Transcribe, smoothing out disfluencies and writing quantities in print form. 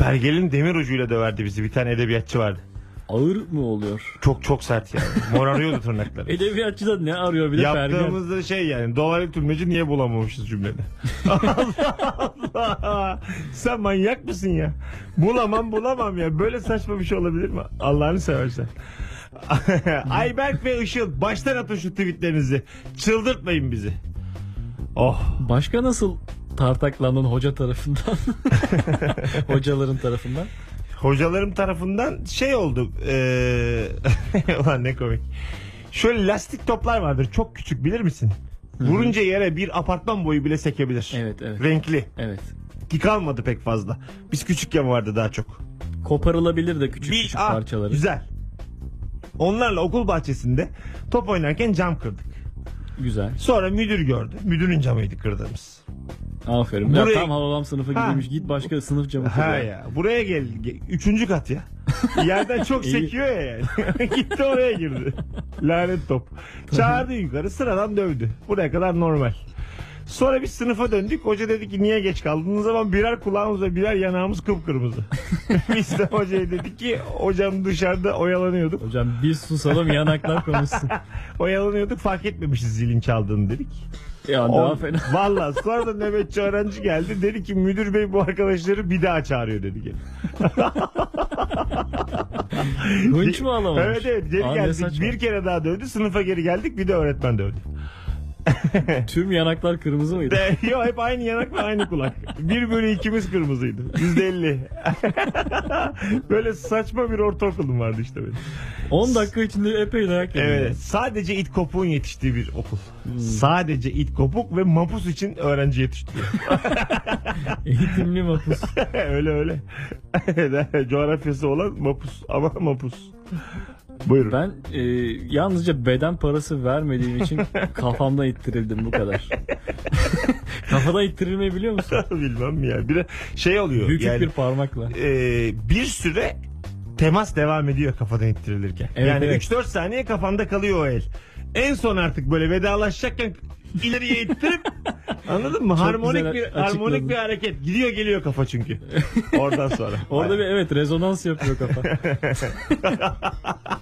Hergel'in demir ucuyla döverdi bizi. Bir tane edebiyatçı vardı. Ağır mı oluyor? Çok çok sert yani. Morarıyordu tırnakları. Edebiyatçı da ne arıyor bir de Fergen? Yaptığımızda şey yani dolaylı tümleci niye bulamamışız cümlede. Allah Allah. Sen manyak mısın ya? Bulamam ya. Böyle saçma bir şey olabilir mi? Allah'ını seversen. Ayberk ve Işıl baştan atın şu tweetlerinizi. Çıldırtmayın bizi. Oh. Başka nasıl tartaklandın hoca tarafından? Hocaların tarafından? Hocalarım tarafından şey oldu. Ulan ne komik. Şöyle lastik toplar vardır. Çok küçük, bilir misin? Vurunca yere bir apartman boyu bile sekebilir. Evet. Renkli. Evet. Ki kalmadı pek fazla. Biz küçükken vardı daha çok. Koparılabilir de küçük parçaları. Güzel. Onlarla okul bahçesinde top oynarken cam kırdık. Güzel. Sonra müdür gördü. Müdürün camıydı kırdığımız. Aferin. Buraya... Ya tam Hababam sınıfı gibiymiş. Git başka sınıf camı kır. Ha ya. Buraya gel. 3. kat ya. Yerden çok sekiyor ya yani. Gitti oraya girdi. Lanet top. Çağırdı yukarı, sıradan dövdü. Buraya kadar normal. Sonra biz sınıfa döndük. Hoca dedi ki niye geç kaldığınız zaman birer kulağımız ve birer yanağımız kıpkırmızı. Biz de hocaya dedik ki hocam dışarıda oyalanıyorduk. Hocam biz susalım yanaklar konuşsun. Oyalanıyorduk, fark etmemişiz zilin çaldığını dedik. Ya daha fena. Valla sonra da nöbetçi öğrenci geldi. Dedi ki müdür bey bu arkadaşları bir daha çağırıyor dedi. Hınç mı alamamış? Evet geri geldik. Bir kere daha dövdü. Sınıfa geri geldik. Bir de öğretmen dövdü. Tüm yanaklar kırmızı mıydı? Yok, hep aynı yanak ve aynı kulak. 1/2'miz kırmızıydı. %50. Böyle saçma bir ortaokulum vardı işte benim. 10 dakika içinde epey dayak yedim. Evet. Sadece it kopuğun yetiştiği bir okul. Sadece it kopuk ve mapus için öğrenci yetiştiriyor. Eğitimli mapus. öyle. Coğrafyası olan mapus ama mapus. Buyurun. Ben yalnızca beden parası vermediğim için kafamda ittirildim, bu kadar. Kafada ittirilmeyi biliyor musun? Bilmem ya. Bir de şey oluyor. Büyük yani, bir parmakla. Bir süre temas devam ediyor kafadan ittirilirken. Evet, yani evet. 3-4 saniye kafanda kalıyor o el. En son artık böyle vedalaşacakken ileriye ittirip anladın mı? Harmonik bir hareket. Gidiyor geliyor kafa çünkü. Oradan sonra. Orada bir rezonans yapıyor kafa.